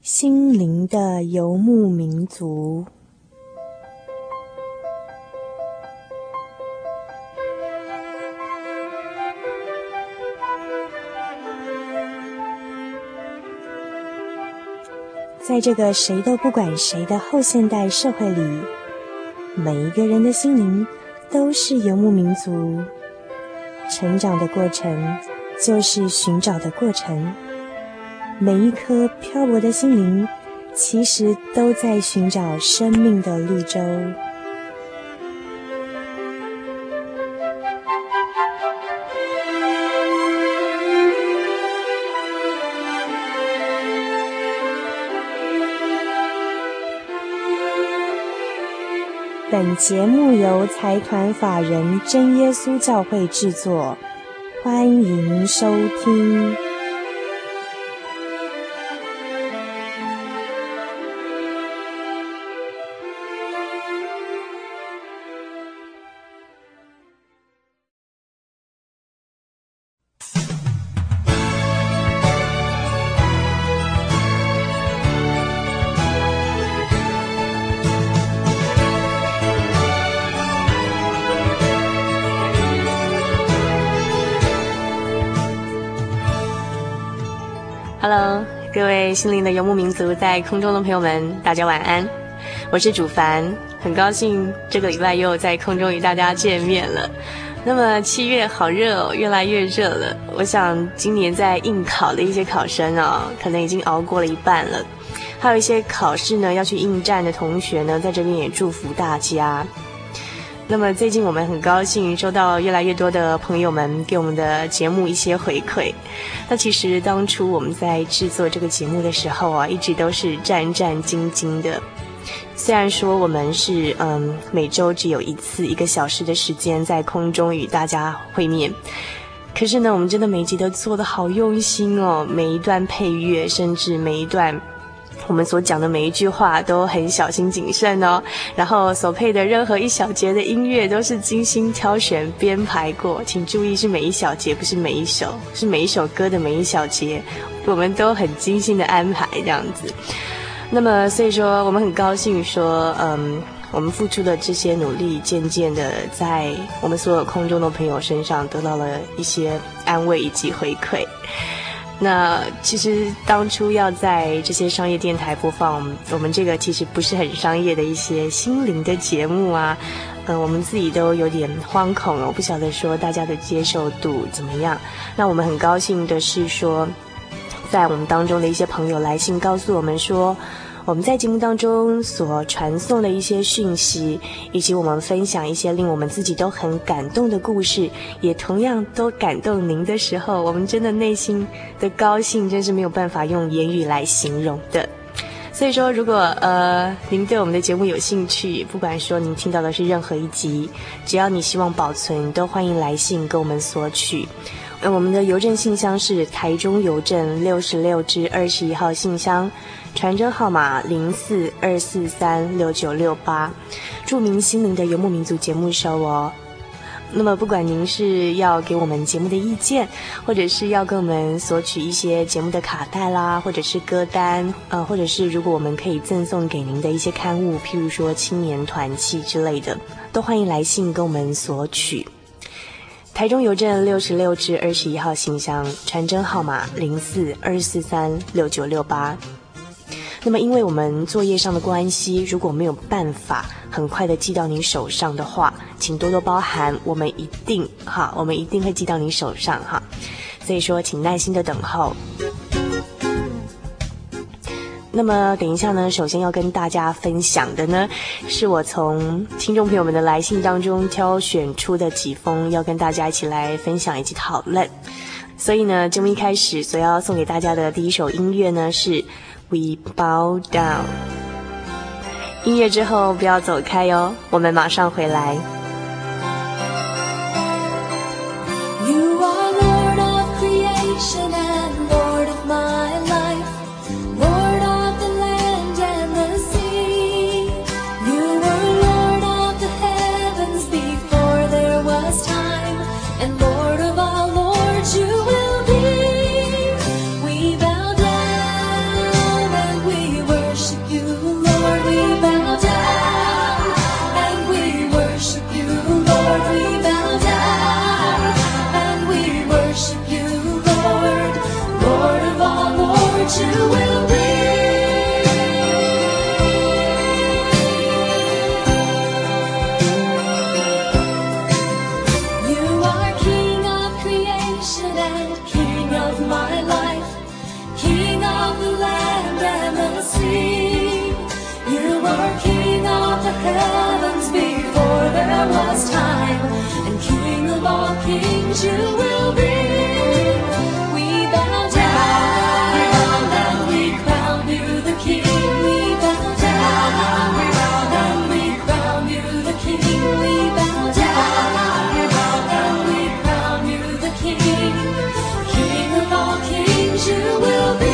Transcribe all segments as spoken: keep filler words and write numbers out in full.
心灵的游牧民族。在这个谁都不管谁的后现代社会里，每一个人的心灵都是游牧民族。成长的过程就是寻找的过程，每一颗漂泊的心灵其实都在寻找生命的绿洲。本节目由财团法人真耶稣教会制作，欢迎收听。 Hello， 各位心灵的游牧民族在空中的朋友们，大家晚安。我是主凡，很高兴这个礼拜又在空中与大家见面了。那么七月好热哦，越来越热了。我想今年在应考的一些考生哦，可能已经熬过了一半了。还有一些考试呢要去应战的同学呢，在这边也祝福大家。那么最近我们很高兴收到越来越多的朋友们给我们的节目一些回馈。那其实当初我们在制作这个节目的时候啊，一直都是战战兢兢的。虽然说我们是嗯每周只有一次一个小时的时间在空中与大家会面，可是呢，我们真的每一集都做得好用心哦，每一段配乐，甚至每一段我们所讲的每一句话都很小心谨慎哦，然后所配的任何一小节的音乐都是精心挑选编排过，请注意是每一小节，不是每一首，是每一首歌的每一小节，我们都很精心的安排这样子。那么所以说我们很高兴说嗯我们付出的这些努力渐渐的在我们所有空中的朋友身上得到了一些安慰以及回馈。那其实当初要在这些商业电台播放我们这个其实不是很商业的一些心灵的节目啊，呃，我们自己都有点惶恐了，我不晓得说大家的接受度怎么样。那我们很高兴的是说，在我们当中的一些朋友来信告诉我们说，我们在节目当中所传送的一些讯息，以及我们分享一些令我们自己都很感动的故事，也同样都感动您的时候，我们真的内心的高兴真是没有办法用言语来形容的。所以说如果呃您对我们的节目有兴趣，不管说您听到的是任何一集，只要你希望保存，都欢迎来信跟我们索取。呃，我们的邮政信箱是台中邮政六十六至二十一号信箱，传真号码零四二四三六九六八，著名心灵的游牧民族节目收哦。那么不管您是要给我们节目的意见，或者是要跟我们索取一些节目的卡带啦，或者是歌单，呃，或者是如果我们可以赠送给您的一些刊物，譬如说青年团契之类的，都欢迎来信跟我们索取。台中邮政六十六至二十一号信箱，传真号码零四二四三六九六八。那么因为我们作业上的关系，如果没有办法很快的寄到您手上的话，请多多包涵，我们一定哈，我们一定会寄到您手上哈。所以说请耐心的等候。那么等一下呢，首先要跟大家分享的呢，是我从听众朋友们的来信当中挑选出的几封，要跟大家一起来分享以及讨论。所以呢，节目一开始所要送给大家的第一首音乐呢是 We Bow Down。 音乐之后不要走开哦，我们马上回来。 You are Lord of creation and Lord of my life, Lord of the land and the sea. You were Lord of the heavens before there was time, and Lord of all lords you will be. We bow down and we are King of the heavens before there was time, and King of all kings you will be. We bow down and we crown you the King. We bow down and we crown you the King. We bow down and we crown you the King. King of all kings you will be.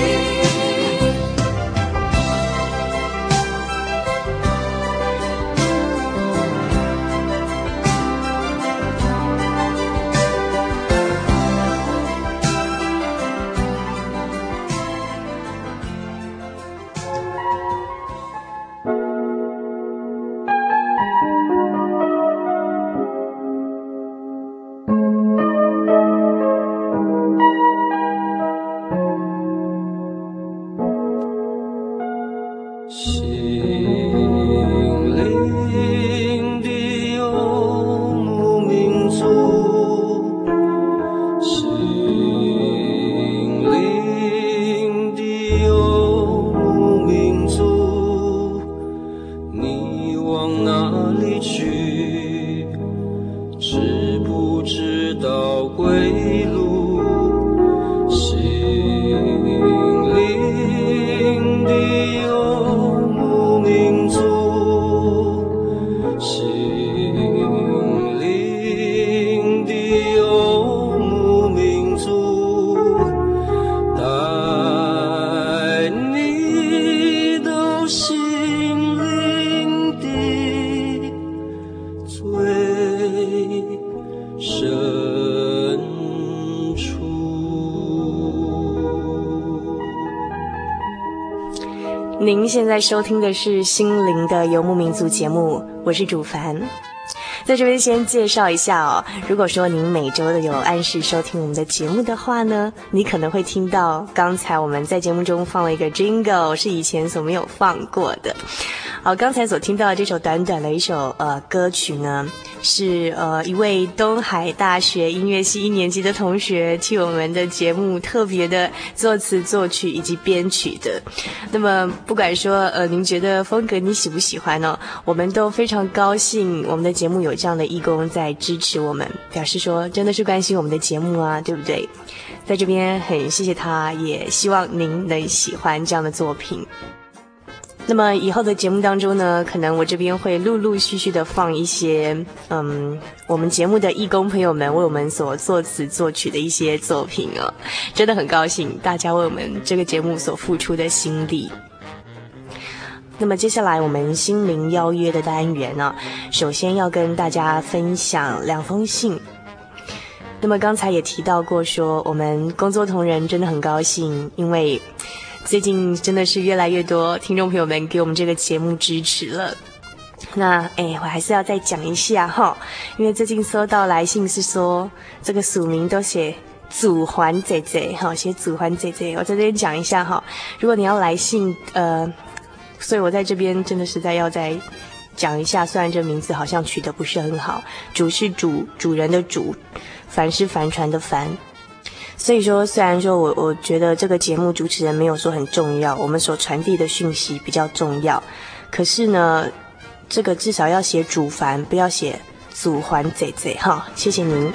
您现在收听的是心灵的游牧民族节目，我是主凡。在这边先介绍一下哦，如果说您每周都有按时收听我们的节目的话呢，你可能会听到刚才我们在节目中放了一个 jingle， 是以前所没有放过的。好，刚才所听到的这首短短的一首呃歌曲呢，是呃一位东海大学音乐系一年级的同学替我们的节目特别的作词作曲以及编曲的。那么不管说呃您觉得风格你喜不喜欢呢，我们都非常高兴我们的节目有这样的义工在支持我们，表示说真的是关心我们的节目啊，对不对？在这边很谢谢他，也希望您能喜欢这样的作品。那么以后的节目当中呢，可能我这边会陆陆续续的放一些嗯我们节目的义工朋友们为我们所作词作曲的一些作品哦，真的很高兴大家为我们这个节目所付出的心力。那么接下来我们心灵邀约的单元呢，首先要跟大家分享两封信。那么刚才也提到过说，我们工作同仁真的很高兴，因为最近真的是越来越多听众朋友们给我们这个节目支持了。那哎，我还是要再讲一下哈，因为最近收到来信是说这个署名都写祖环姐姐哈，写祖环姐姐，我在这边讲一下哈。如果你要来信，呃，所以我在这边真的实在要再讲一下，虽然这名字好像取得不是很好，主是主主人的主，帆是帆船的帆。所以说虽然说我我觉得这个节目主持人没有说很重要，我们所传递的讯息比较重要，可是呢这个至少要写主凡，不要写祖环姐姐哈，谢谢您。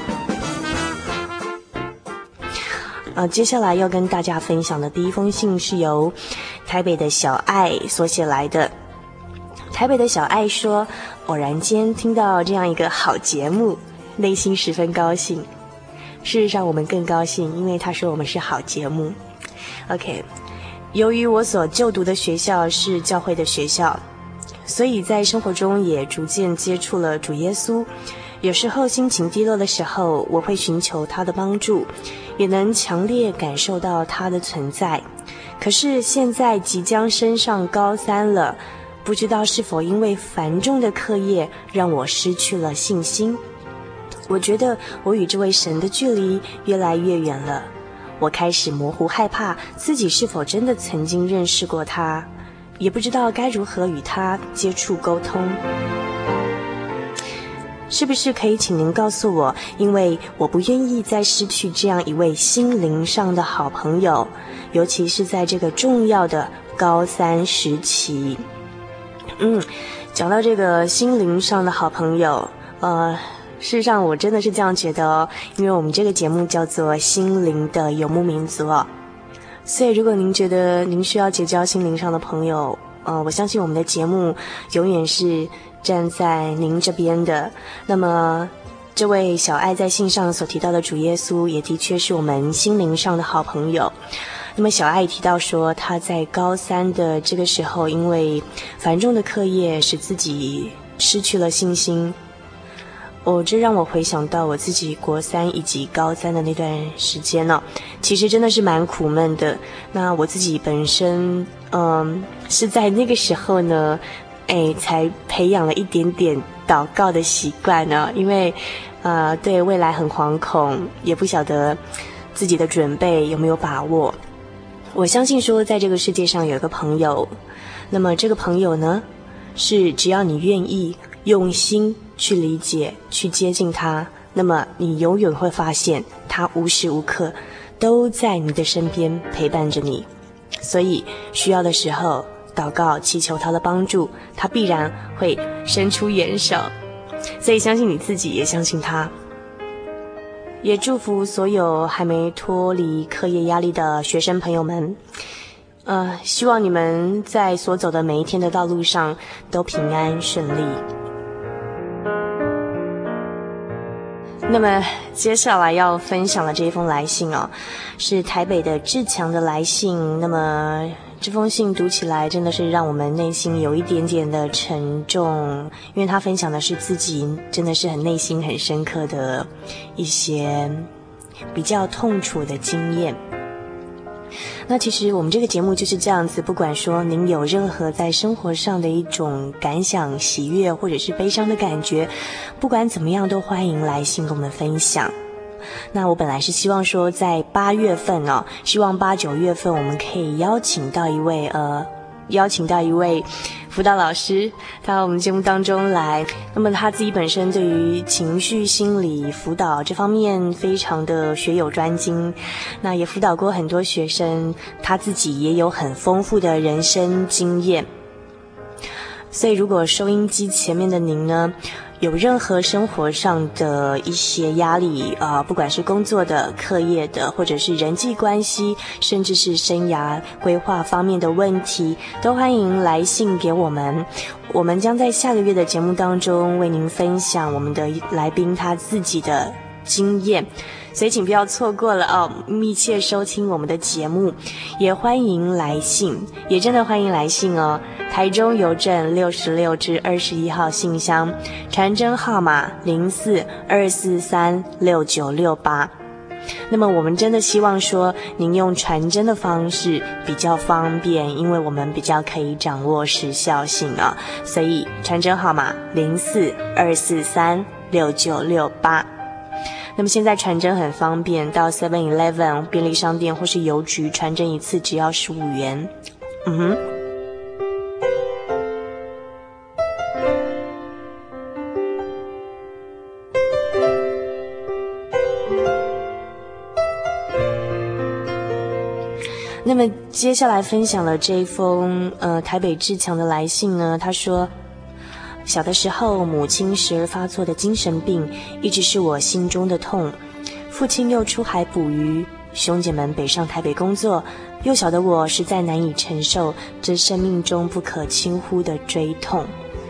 呃，接下来要跟大家分享的第一封信是由台北的小爱所写来的。台北的小爱说，偶然间听到这样一个好节目，内心十分高兴。事实上我们更高兴，因为他说我们是好节目。 OK， 由于我所就读的学校是教会的学校，所以在生活中也逐渐接触了主耶稣。有时候心情低落的时候，我会寻求他的帮助，也能强烈感受到他的存在。可是现在即将升上高三了，不知道是否因为繁重的课业让我失去了信心。我觉得我与这位神的距离越来越远了，我开始模糊害怕自己是否真的曾经认识过他，也不知道该如何与他接触沟通。是不是可以请您告诉我，因为我不愿意再失去这样一位心灵上的好朋友，尤其是在这个重要的高三时期。 嗯，讲到这个心灵上的好朋友，呃，事实上我真的是这样觉得哦，因为我们这个节目叫做心灵的游牧民族哦，所以如果您觉得您需要结交心灵上的朋友，呃，我相信我们的节目永远是站在您这边的。那么这位小爱在信上所提到的主耶稣，也的确是我们心灵上的好朋友。那么小爱提到说，他在高三的这个时候，因为繁重的课业使自己失去了信心。哦，这让我回想到我自己国三以及高三的那段时间呢、哦，其实真的是蛮苦闷的。那我自己本身，嗯，是在那个时候呢，哎，才培养了一点点祷告的习惯呢。因为，呃，对未来很惶恐，也不晓得自己的准备有没有把握。我相信说，在这个世界上有一个朋友，那么这个朋友呢，是只要你愿意用心去理解、去接近他，那么你永远会发现他无时无刻都在你的身边陪伴着你。所以需要的时候祷告祈求他的帮助，他必然会伸出援手。所以相信你自己，也相信他。也祝福所有还没脱离课业压力的学生朋友们，呃，希望你们在所走的每一天的道路上都平安顺利。那么接下来要分享的这一封来信哦，是台北的志强的来信。那么这封信读起来真的是让我们内心有一点点的沉重，因为他分享的是自己真的是很内心很深刻的一些比较痛楚的经验。那其实我们这个节目就是这样子，不管说您有任何在生活上的一种感想、喜悦或者是悲伤的感觉，不管怎么样都欢迎来信跟我们分享。那我本来是希望说在八月份哦，希望八九月份我们可以邀请到一位呃邀请到一位辅导老师到我们节目当中来。那么他自己本身对于情绪心理辅导这方面非常的学有专精，那也辅导过很多学生，他自己也有很丰富的人生经验。所以如果收音机前面的您呢，有任何生活上的一些压力啊、呃，不管是工作的、课业的，或者是人际关系，甚至是生涯规划方面的问题，都欢迎来信给我们。我们将在下个月的节目当中为您分享我们的来宾他自己的经验，所以请不要错过了哦，密切收听我们的节目，也欢迎来信，也真的欢迎来信哦。台中邮政六十六至二十一号信箱，传真号码零四二四三六九六八。那么我们真的希望说您用传真的方式比较方便，因为我们比较可以掌握时效性啊，所以传真号码零四二四三六九六八。那么现在传真很方便，到 seven eleven 便利商店或是邮局传真一次只要十五元。嗯哼。那么接下来分享了这一封呃台北志强的来信呢，他说，小的时候母亲时而发作的精神病一直是我心中的痛，父亲又出海捕鱼，兄姐们北上台北工作，幼小的我实在难以承受这生命中不可轻忽的追痛。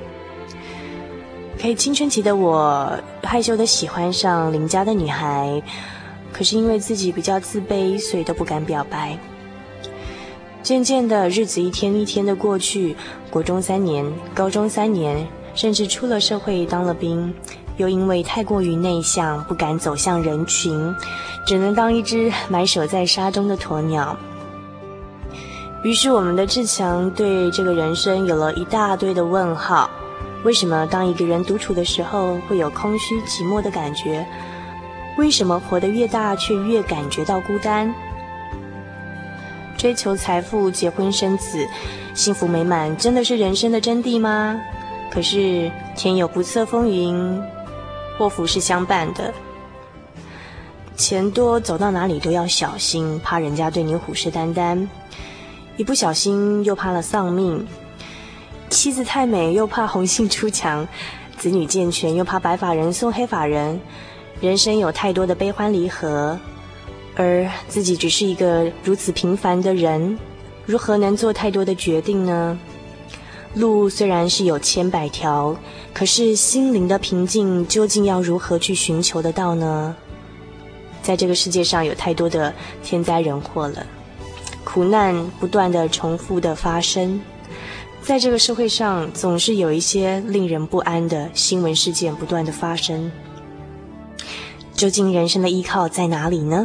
可以青春期的我害羞的喜欢上邻家的女孩，可是因为自己比较自卑，所以都不敢表白。渐渐的日子一天一天的过去，国中三年，高中三年，甚至出了社会当了兵，又因为太过于内向，不敢走向人群，只能当一只埋首在沙中的鸵鸟。于是我们的志强对这个人生有了一大堆的问号，为什么当一个人独处的时候会有空虚寂寞的感觉？为什么活得越大却越感觉到孤单？追求财富、结婚生子，幸福美满真的是人生的真谛吗？可是天有不测风云，祸福是相伴的，钱多走到哪里都要小心，怕人家对你虎视眈眈，一不小心又怕了丧命。 妻子太美又怕红杏出墙，子女健全又怕白发人送黑发人，人生有太多的悲欢离合，而自己只是一个如此平凡的人，如何能做太多的决定呢？路虽然是有千百条，可是心灵的平静究竟要如何去寻求得到呢？在这个世界上有太多的天灾人祸了，苦难不断的重复的发生，在这个社会上总是有一些令人不安的新闻事件不断的发生。究竟人生的依靠在哪里呢？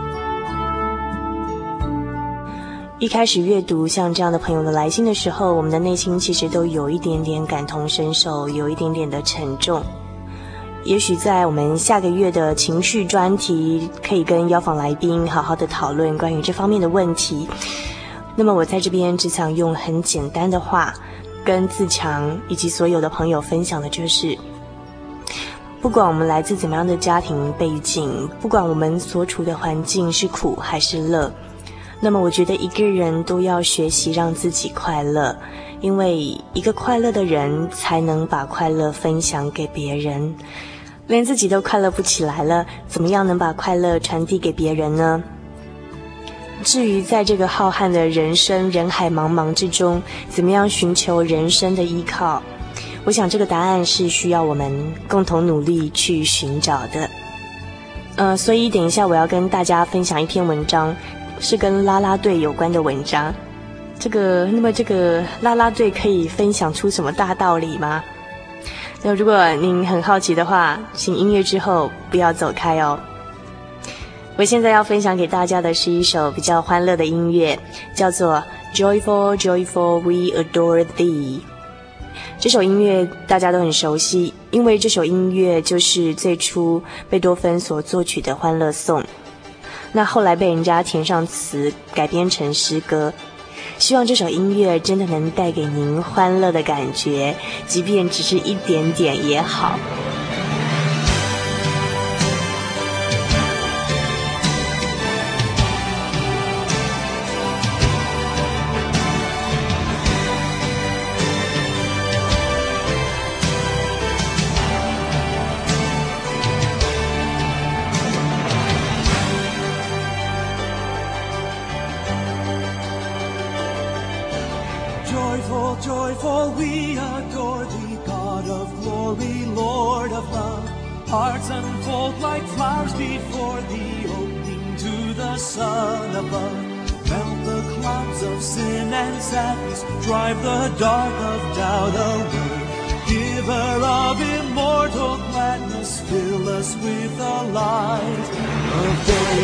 一开始阅读像这样的朋友的来信的时候，我们的内心其实都有一点点感同身受，有一点点的沉重。也许在我们下个月的情绪专题，可以跟邀访来宾好好的讨论关于这方面的问题。那么我在这边只想用很简单的话跟自强以及所有的朋友分享的就是，不管我们来自怎么样的家庭背景，不管我们所处的环境是苦还是乐，那么我觉得一个人都要学习让自己快乐，因为一个快乐的人才能把快乐分享给别人。连自己都快乐不起来了，怎么样能把快乐传递给别人呢？至于在这个浩瀚的人生人海茫茫之中，怎么样寻求人生的依靠，我想这个答案是需要我们共同努力去寻找的。呃，所以等一下我要跟大家分享一篇文章，是跟啦啦队有关的文章。这个，那么这个啦啦队可以分享出什么大道理吗？那如果您很好奇的话，请音乐之后不要走开哦。我现在要分享给大家的是一首比较欢乐的音乐，叫做 Joyful, Joyful, We Adore Thee。 这首音乐大家都很熟悉，因为这首音乐就是最初贝多芬所作曲的欢乐颂，那后来被人家填上词改编成诗歌。希望这首音乐真的能带给您欢乐的感觉，即便只是一点点也好。 Joyful, joyful, we adore thee, God of glory, Lord of love. Hearts unfold like flowers before thee, opening to the sun above. Melt the clouds of sin and sadness, drive the dark of doubt away. Giver of immortal gladness, fill us with the light of day.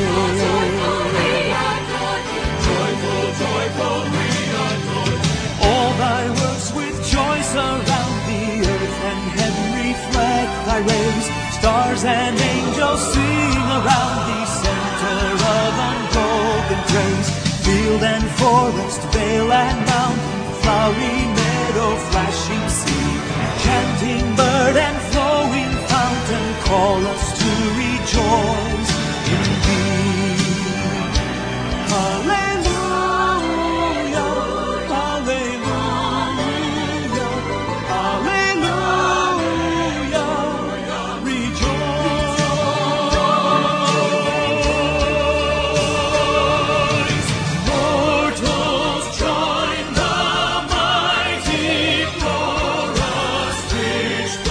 Joyful, joyful, we adore thee. All thy works with joy surround the earth, and heaven reflect thy rays. Stars and angels sing around thee, center of unbroken praise. Field and forest, vale and mountain, flowery meadow, flashing sea, chanting bird and flowing fountain, call us to rejoice in thee. Hallelujah. Which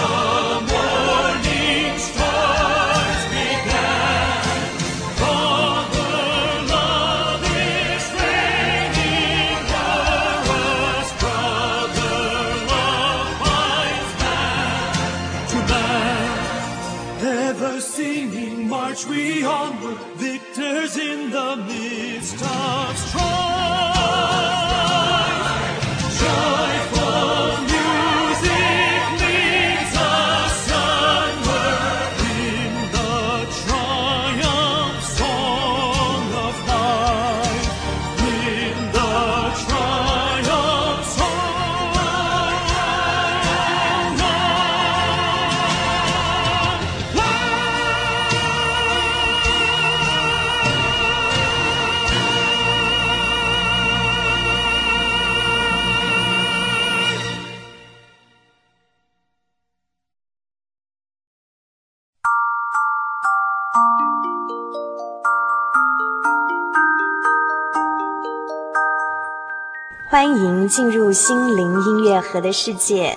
欢迎进入心灵音乐盒的世界。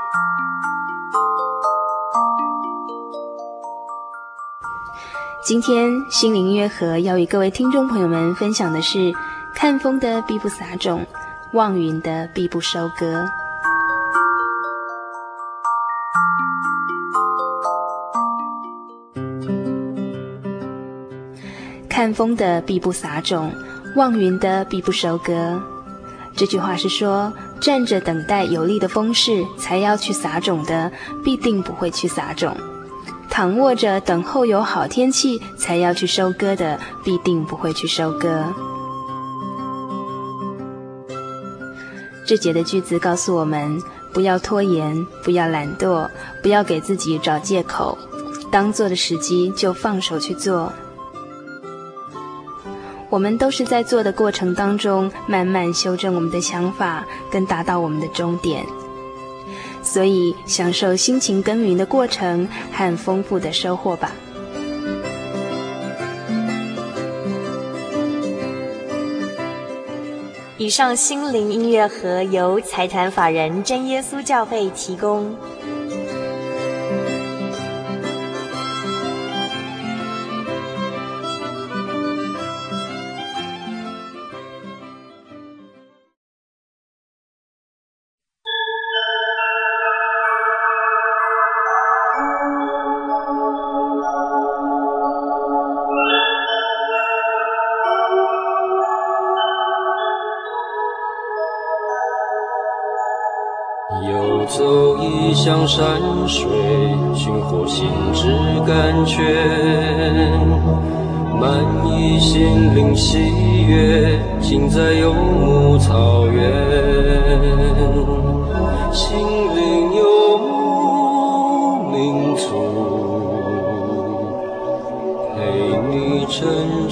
今天心灵音乐盒要与各位听众朋友们分享的是：看风的必不撒种，望云的必不收割。看风的必不撒种，望云的必不收割。这句话是说，站着等待有利的风势才要去撒种的，必定不会去撒种；躺卧着等候有好天气才要去收割的，必定不会去收割。这节的句子告诉我们，不要拖延，不要懒惰，不要给自己找借口，当做的时机就放手去做。我们都是在做的过程当中，慢慢修正我们的想法，跟达到我们的终点。所以，享受辛勤耕耘的过程和丰富的收获吧。 以上心灵音乐盒由财团法人真耶稣教会提供。 游走异乡山水，寻获心之甘泉，满溢心灵喜悦，尽在游牧草原。心灵游牧民族，陪你成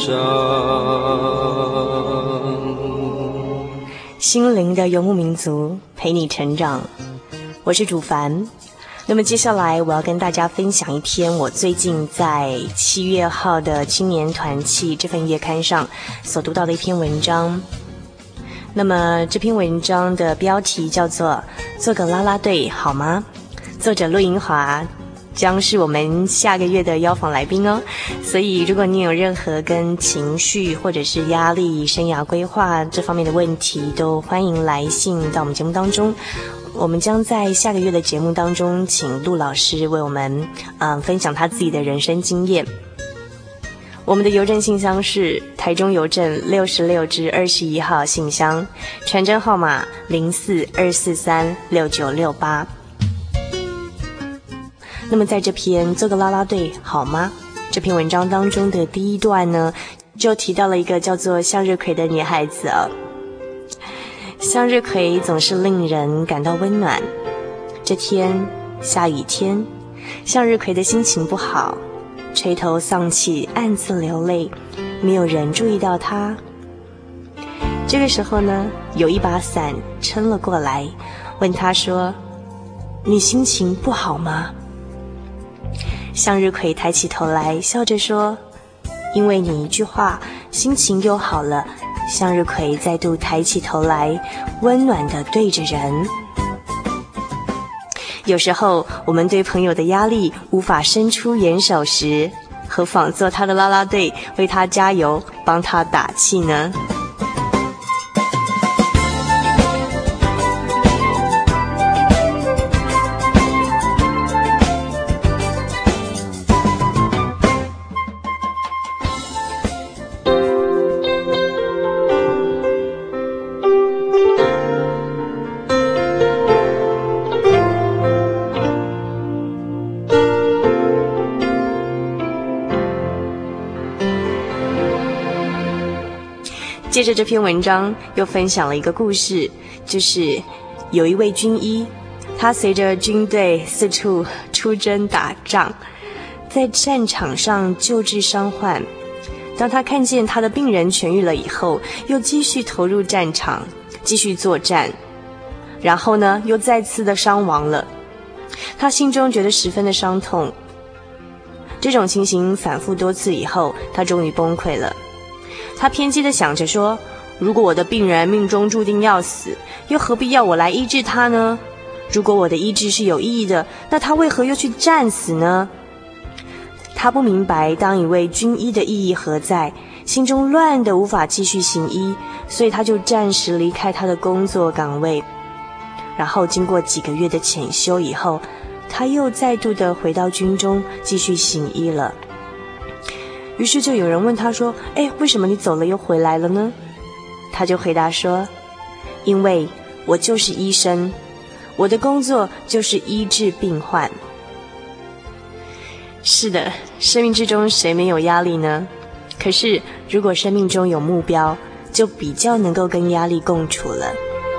长。 心灵的游牧民族，陪你成长。我是主凡。那么接下来我要跟大家分享一篇我最近在七月号的青年团契这份月刊上所读到的一篇文章。那么这篇文章的标题叫做做个啦啦队好吗？作者陆银华将是我们下个月的邀访来宾哦，所以如果你有任何跟情绪或者是压力、生涯规划这方面的问题，都欢迎来信到我们节目当中。我们将在下个月的节目当中，请陆老师为我们嗯分享他自己的人生经验。我们的邮政信箱是台中邮政六十六至二十一号信箱，传真号码零四二四三六九六八。那么在这篇做个啦啦队好吗这篇文章当中的第一段呢，就提到了一个叫做向日葵的女孩子哦。向日葵总是令人感到温暖。这天下雨天，向日葵的心情不好，垂头丧气，暗自流泪，没有人注意到她。这个时候呢，有一把伞撑了过来，问她说：你心情不好吗？向日葵抬起头来，笑着说：因为你一句话，心情又好了。向日葵再度抬起头来，温暖地对着人。有时候我们对朋友的压力无法伸出援手时，何妨做他的啦啦队，为他加油，帮他打气呢？接着这篇文章又分享了一个故事，就是有一位军医，他随着军队四处出征打仗，在战场上救治伤患。当他看见他的病人痊愈了以后，又继续投入战场，继续作战，然后呢，又再次的伤亡了。他心中觉得十分的伤痛。这种情形反复多次以后，他终于崩溃了。他偏激地想着说， 如果我的病人命中注定要死，又何必要我来医治他呢？如果我的医治是有意义的，那他为何又去战死呢？他不明白当一位军医的意义何在，心中乱得无法继续行医，所以他就暂时离开他的工作岗位。然后经过几个月的潜修以后，他又再度的回到军中继续行医了。于是就有人问他说，哎，为什么你走了又回来了呢？他就回答说，因为我就是医生，我的工作就是医治病患。是的，生命之中谁没有压力呢？可是如果生命中有目标，就比较能够跟压力共处了。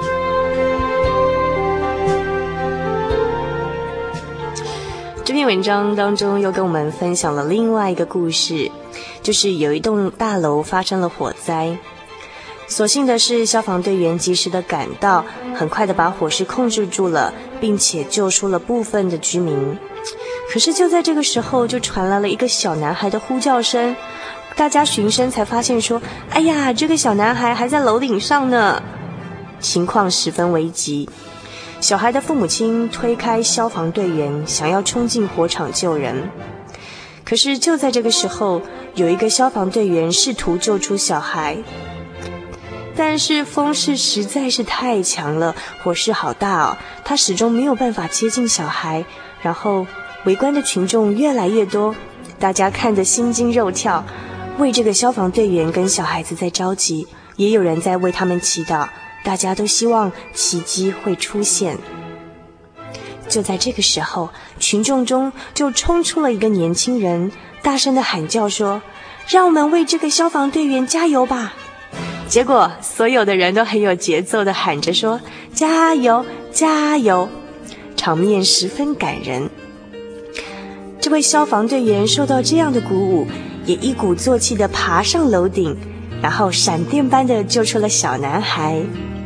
这篇文章当中又跟我们分享了另外一个故事，就是有一栋大楼发生了火灾，所幸的是消防队员及时的赶到，很快的把火势控制住了，并且救出了部分的居民。可是就在这个时候，就传来了一个小男孩的呼叫声，大家循声才发现说，哎呀，这个小男孩还在楼顶上呢，情况十分危急。小孩的父母亲推开消防队员，想要冲进火场救人。可是就在这个时候，有一个消防队员试图救出小孩，但是风势实在是太强了，火势好大哦，他始终没有办法接近小孩。然后围观的群众越来越多，大家看得心惊肉跳，为这个消防队员跟小孩子在着急，也有人在为他们祈祷，大家都希望奇迹会出现。就在这个时候，群众中就冲出了一个年轻人，大声地喊叫说，让我们为这个消防队员加油吧。结果所有的人都很有节奏地喊着说，加油加油，场面十分感人。这位消防队员受到这样的鼓舞，也一鼓作气地爬上楼顶，然后闪电般地救出了小男孩。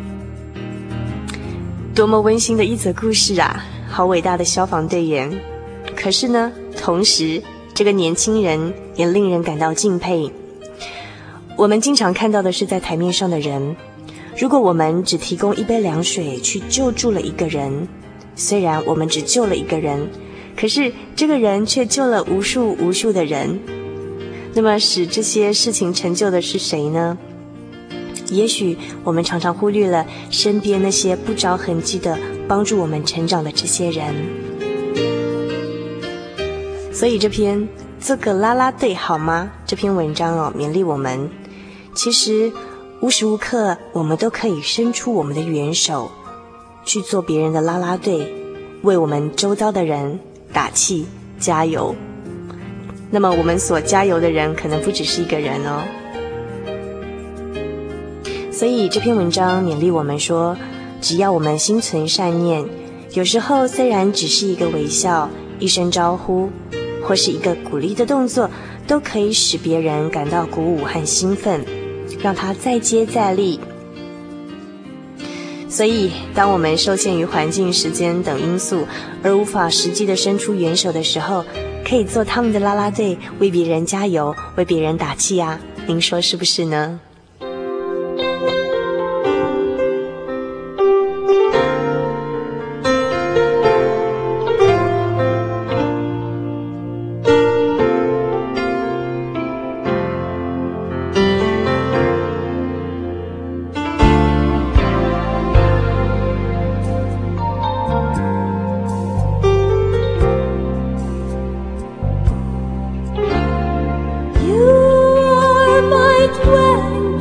多么温馨的一则故事啊，好伟大的消防队员。可是呢，同时这个年轻人也令人感到敬佩。我们经常看到的是在台面上的人，如果我们只提供一杯凉水去救助了一个人，虽然我们只救了一个人，可是这个人却救了无数无数的人。那么使这些事情成就的是谁呢？也许我们常常忽略了身边那些不着痕迹的帮助我们成长的这些人。所以这篇做个啦啦队好吗？这篇文章哦，勉励我们，其实无时无刻我们都可以伸出我们的援手，去做别人的啦啦队，为我们周遭的人打气加油。那么我们所加油的人可能不只是一个人哦。所以这篇文章勉励我们说，只要我们心存善念，有时候虽然只是一个微笑，一声招呼，或是一个鼓励的动作，都可以使别人感到鼓舞和兴奋，让他再接再厉。所以当我们受限于环境、时间等因素，而无法实际的伸出援手的时候，可以做他们的啦啦队，为别人加油，为别人打气啊，您说是不是呢？ You are my dwelling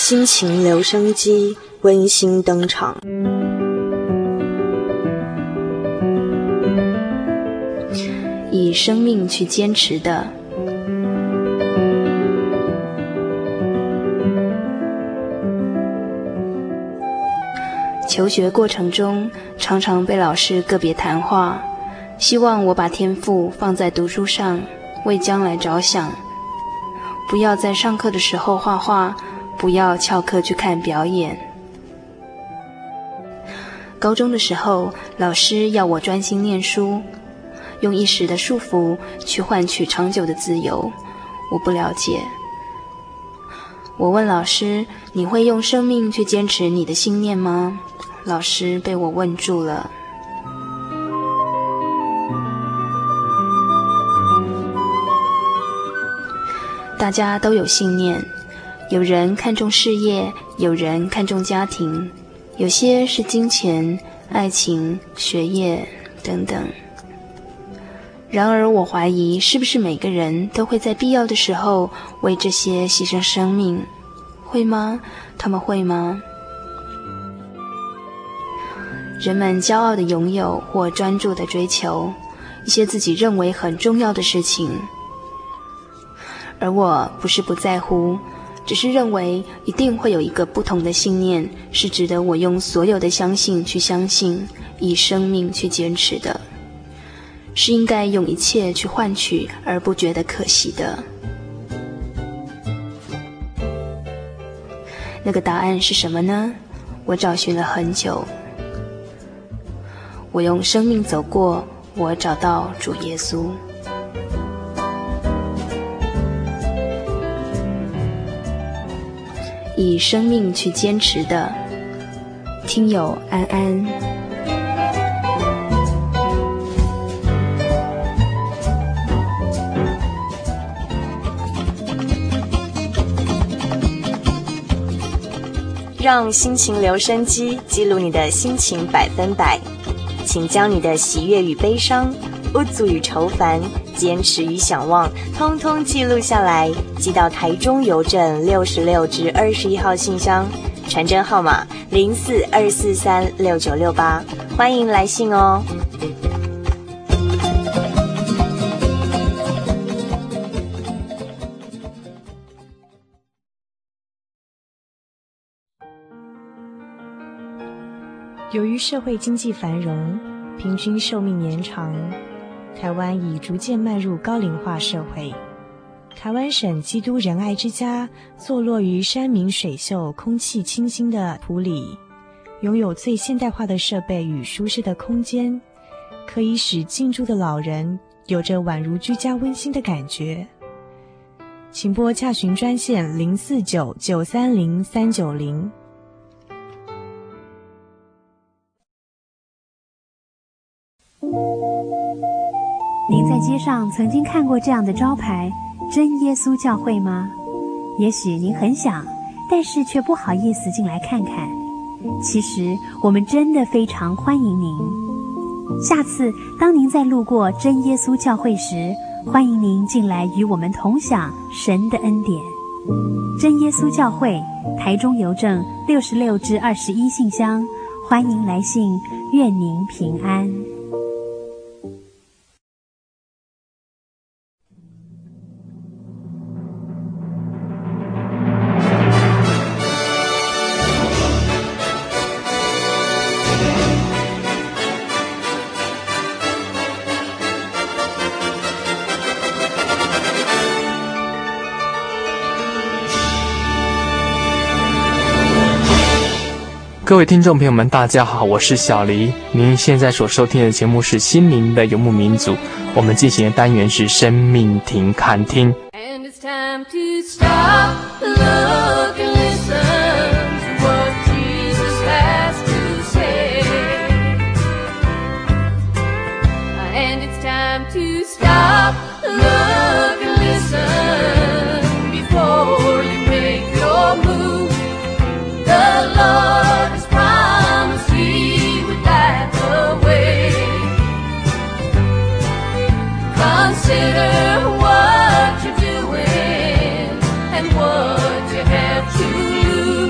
心情留声机温馨登场。 以生命去坚持的。求学过程中，常常被老师个别谈话，希望我把天赋放在读书上，为将来着想，不要在上课的时候画画，不要翘课去看表演。高中的时候，老师要我专心念书，用一时的束缚去换取长久的自由，我不了解。我问老师，你会用生命去坚持你的信念吗？老师被我问住了。大家都有信念，有人看重事业，有人看重家庭，有些是金钱、爱情、学业等等。然而我怀疑，是不是每个人都会在必要的时候为这些牺牲生命？会吗？他们会吗？人们骄傲地拥有或专注地追求一些自己认为很重要的事情，而我不是不在乎，只是认为一定会有一个不同的信念，是值得我用所有的相信去相信，以生命去坚持的，是应该用一切去换取而不觉得可惜的。那个答案是什么呢？我找寻了很久。我用生命走过，我找到主耶稣。以生命去坚持的听友安安。 让心情留声机记录你的心情百分百，请将你的喜悦与悲伤、不足与愁烦、坚持与想望，通通记录下来，寄到台中邮政六十六至二十一号信箱，传真号码零四二四三六九六八，欢迎来信哦。 由于社会经济繁荣，平均寿命延长，台湾已逐渐迈入高龄化社会。台湾省基督仁爱之家坐落于山明水秀、空气清新的埔里，拥有最现代化的设备与舒适的空间，可以使进驻的老人有着宛如居家温馨的感觉。请拨洽询专线零四九九三零三九零。 您在街上曾经看过这样的招牌“真耶稣教会”吗？也许您很想，但是却不好意思进来看看。其实我们真的非常欢迎您。下次当您在路过真耶稣教会时，欢迎您进来与我们同享神的恩典。真耶稣教会，台中邮政六十六至二十一信箱，欢迎来信，愿您平安。 各位听众朋友们，大家好，我是小黎。您现在所收听的节目是心灵的游牧民族，我们进行的单元是生命停看听。 And it's time to stop, look and listen to what Jesus has to say. And it's time to stop, look and listen before you make your move. The Lord has promised He would light the way. Consider what you're doing and what you have to lose.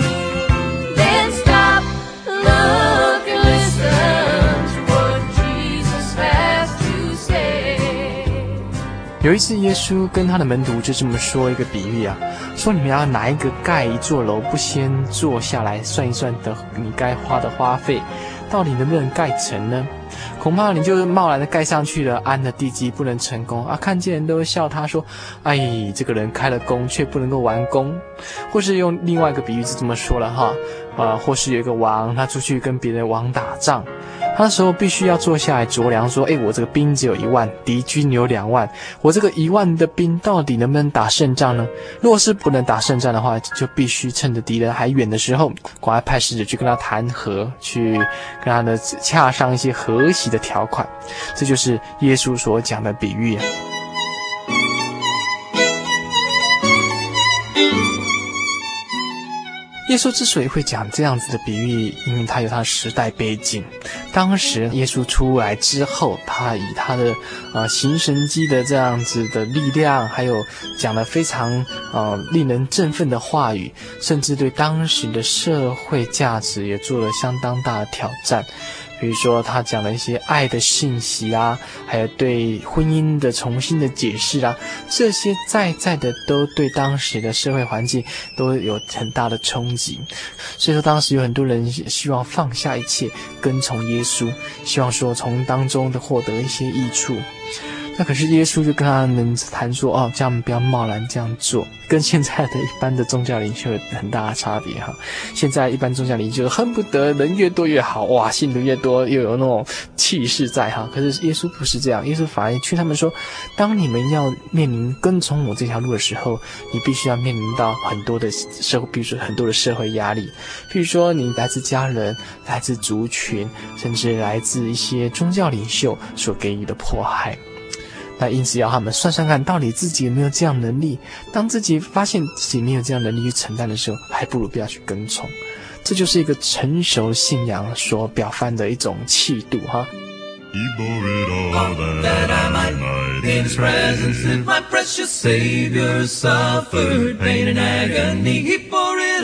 有一次，耶稣跟他的门徒就这么说一个比喻啊，说你们要拿一个盖一座楼，不先坐下来算一算的你该花的花费，到底能不能盖成呢？恐怕你就贸然的盖上去了，安了地基不能成功啊！看见人都笑他说：“哎，这个人开了工却不能够完工。”或是用另外一个比喻是这么说了哈，呃，或是有一个王，他出去跟别的王打仗，他那时候必须要坐下来酌量说：“哎，我这个兵只有一万，敌军有两万，我这个一万的兵到底能不能打胜仗呢？若是不能打胜仗的话，就必须趁着敌人还远的时候，赶快派使者去跟他谈和，去跟他的洽上一些和谐的条款。”这就是耶稣所讲的比喻啊。耶稣之所以会讲这样子的比喻，因为他有他的时代背景。当时耶稣出来之后，他以他的呃行神迹的这样子的力量，还有讲了非常呃令人振奋的话语，甚至对当时的社会价值也做了相当大的挑战。比如说他讲了一些爱的信息啊，还有对婚姻的重新的解释啊，这些在在的都对当时的社会环境都有很大的冲击。所以说当时有很多人希望放下一切跟从耶稣，希望说从当中的获得一些益处。那可是耶稣就跟他们谈说，哦，这样不要贸然这样做，跟现在的一般的宗教领袖有很大的差别哈。现在一般宗教领袖恨不得人越多越好，哇，信徒越多又有那种气势在哈。可是耶稣不是这样，耶稣反而劝他们说，当你们要面临跟从我这条路的时候，你必须要面临到很多的社会，比如说很多的社会压力，比如说你来自家人，来自族群，甚至来自一些宗教领袖所给予的迫害。那因此要他们算算看，到底自己有没有这样能力。当自己发现自己没有这样能力去承担的时候，还不如不要去跟从。这就是一个成熟信仰所表范的一种气度哈。 He bore it all that I might in His presence live. My precious Savior suffered pain and agony. He bore it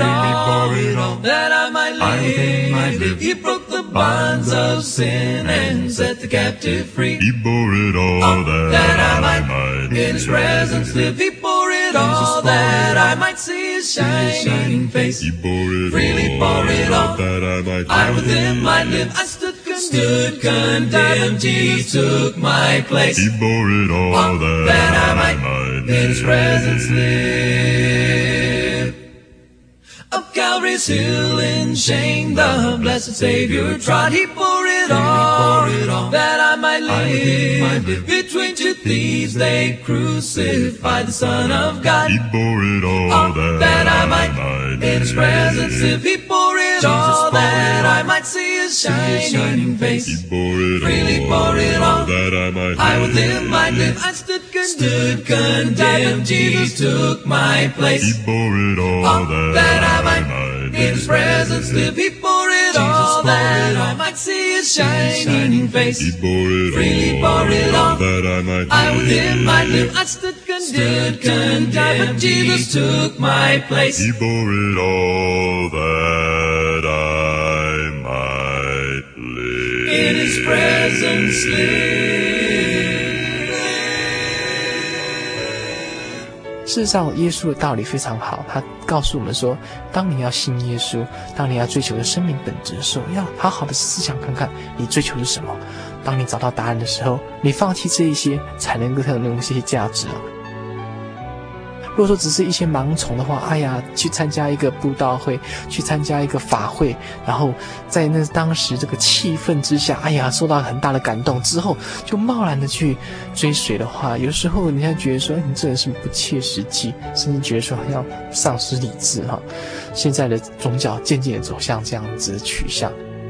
all that I might live. He broke the bonds of sin and set the captive free. He bore it all that I might in His presence live. He bore it all that I might see His shining face. He bore it freely bore it all that I might I with Him might live. I stood Stood condemned, He took my place. He bore it all, all that, that I might in His presence live. Up Calvary's hill in shame, the blessed Savior trod. He bore it all, it all that I might live. I live. Between two thieves they crucified the Son of God. He bore it all, all that, that I might in His presence live. He bore it all that I might see His shining face. He bore it freely bore it all that I might I with Him might live. I stood stood condemned, He took my place. He bore it all, all that, that I might in His presence live. He bore it all that I might see His shining face. He bore it freely bore it all that I might I with Him might live. I stood condemned, condemned, but Jesus took my place. He bore it all that I might live. In His presence live. 事实上，耶稣的道理非常好，他告诉我们说，当你要信耶稣，当你要追求的生命本质的时候，要好好的思想看看你追求的是什么。当你找到答案的时候，你放弃这一些，才能够有那些价值啊。如果说只是一些盲从的话，哎呀，去参加一个布道会，去参加一个法会，然后在那当时这个气氛之下，哎呀，受到很大的感动之后，就贸然的去追随的话，有时候人家觉得说，你这人是不切实际，甚至觉得说好像丧失理智哈。现在的宗教渐渐的走向这样子的取向。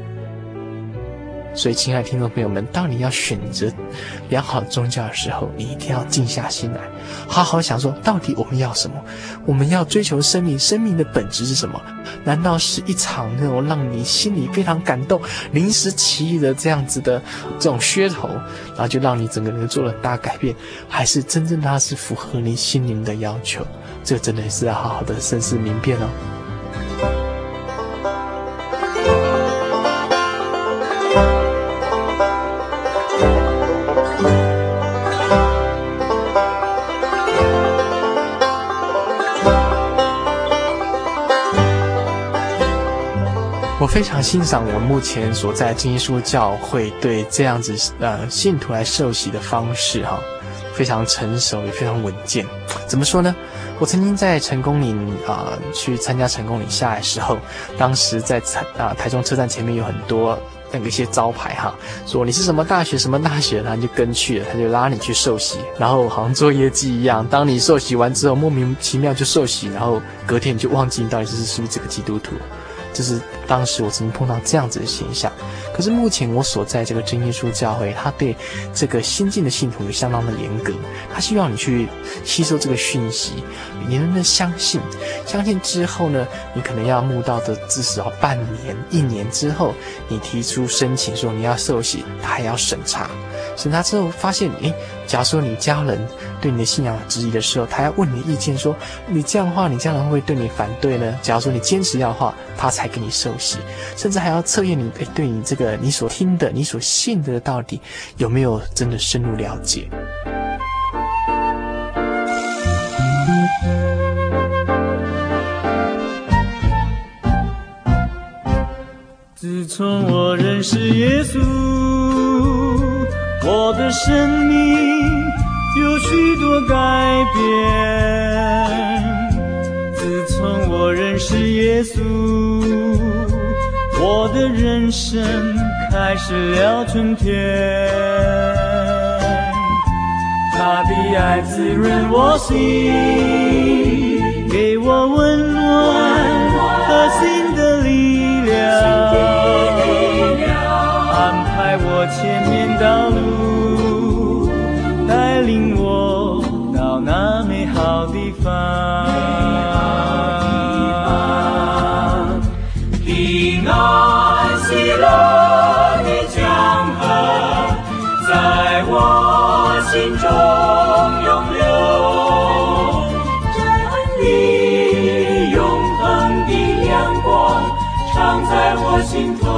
所以亲爱的听众朋友们，当你要选择良好的宗教的时候，你一定要静下心来，好好想说到底我们要什么，我们要追求生命，生命的本质是什么？难道是一场那种让你心里非常感动临时起意的这样子的这种噱头，然后就让你整个人做了很大改变，还是真正它是符合你心灵的要求？这个真的是要好好的深思明辨哦。 非常欣赏我目前所在真耶稣教会对这样子呃信徒来受洗的方式哈，非常成熟也非常稳健。怎么说呢？我曾经在成功岭啊、呃、去参加成功岭下来的时候，当时在啊、呃、台中车站前面有很多那个一些招牌哈，说你是什么大学什么大学，他就跟去了，他就拉你去受洗，然后好像做业绩一样，当你受洗完之后莫名其妙就受洗，然后隔天你就忘记你到底是是不是这个基督徒。这是当时我曾经碰到这样子的现象。可是目前我所在这个真耶稣教会，他对这个新进的信徒相当的严格，他希望你去吸收这个讯息，你能不能相信？相信之后呢，你可能要慕道的至少半年、一年之后，你提出申请说你要受洗，他还要审查。审查之后发现，诶，假如说你家人对你的信仰有质疑的时候，他要问你的意见，说你这样的话，你家人会不会对你反对呢？假如说你坚持要的话，他才给你受洗，甚至还要测验你，诶，对你这个你所听的、你所信的到底有没有真的深入了解。 自从我认识耶稣，我的生命有许多改变。自从我认识耶稣，我的人生开始了春天。他的爱滋润我心，给我温暖和新的力量，安排我前面道路，带领我到那美好地方。平安喜乐的江河在我心中永流，真理永恒的亮光常在我心头。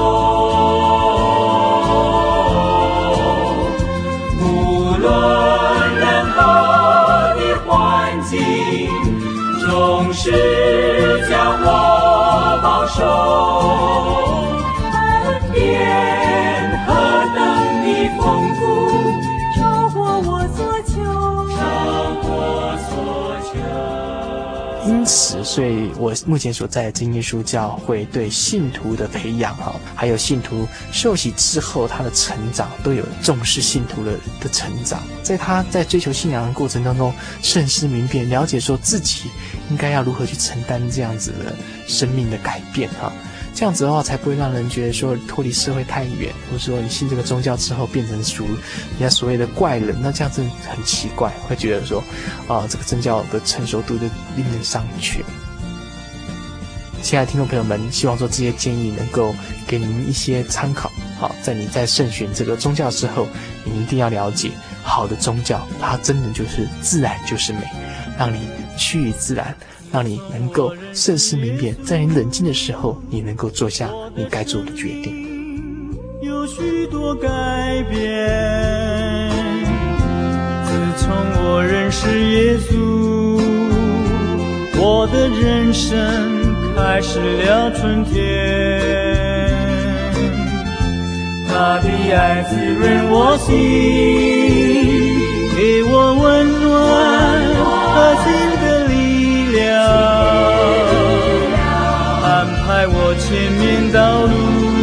无论任何的环境，总是将我保守。恩典何等的丰富，超过我所求，超过所求。 因此，所以我目前所在的真耶稣教会对信徒的培养哈，还有信徒受洗之后他的成长，都有重视信徒的的成长。在他在追求信仰的过程当中，慎思明辨，了解说自己应该要如何去承担这样子的生命的改变哈。这样子的话，才不会让人觉得说脱离社会太远，或者说你信这个宗教之后变成属于人家所谓的怪人，那这样子很奇怪，会觉得说，啊、呃，这个宗教的成熟度就令人商榷。亲爱的听众朋友们，希望说这些建议能够给您一些参考。好，在你在慎选这个宗教之后，你一定要了解，好的宗教它真的就是自然就是美，让你趋于自然。让你能够慎思明辨，在你冷静的时候，你能够做下你该做的决定。 有许多改变，自从我认识耶稣，我的人生开始了春天。他的爱滋润我心，给我温暖和新的力量，安排我前面道路，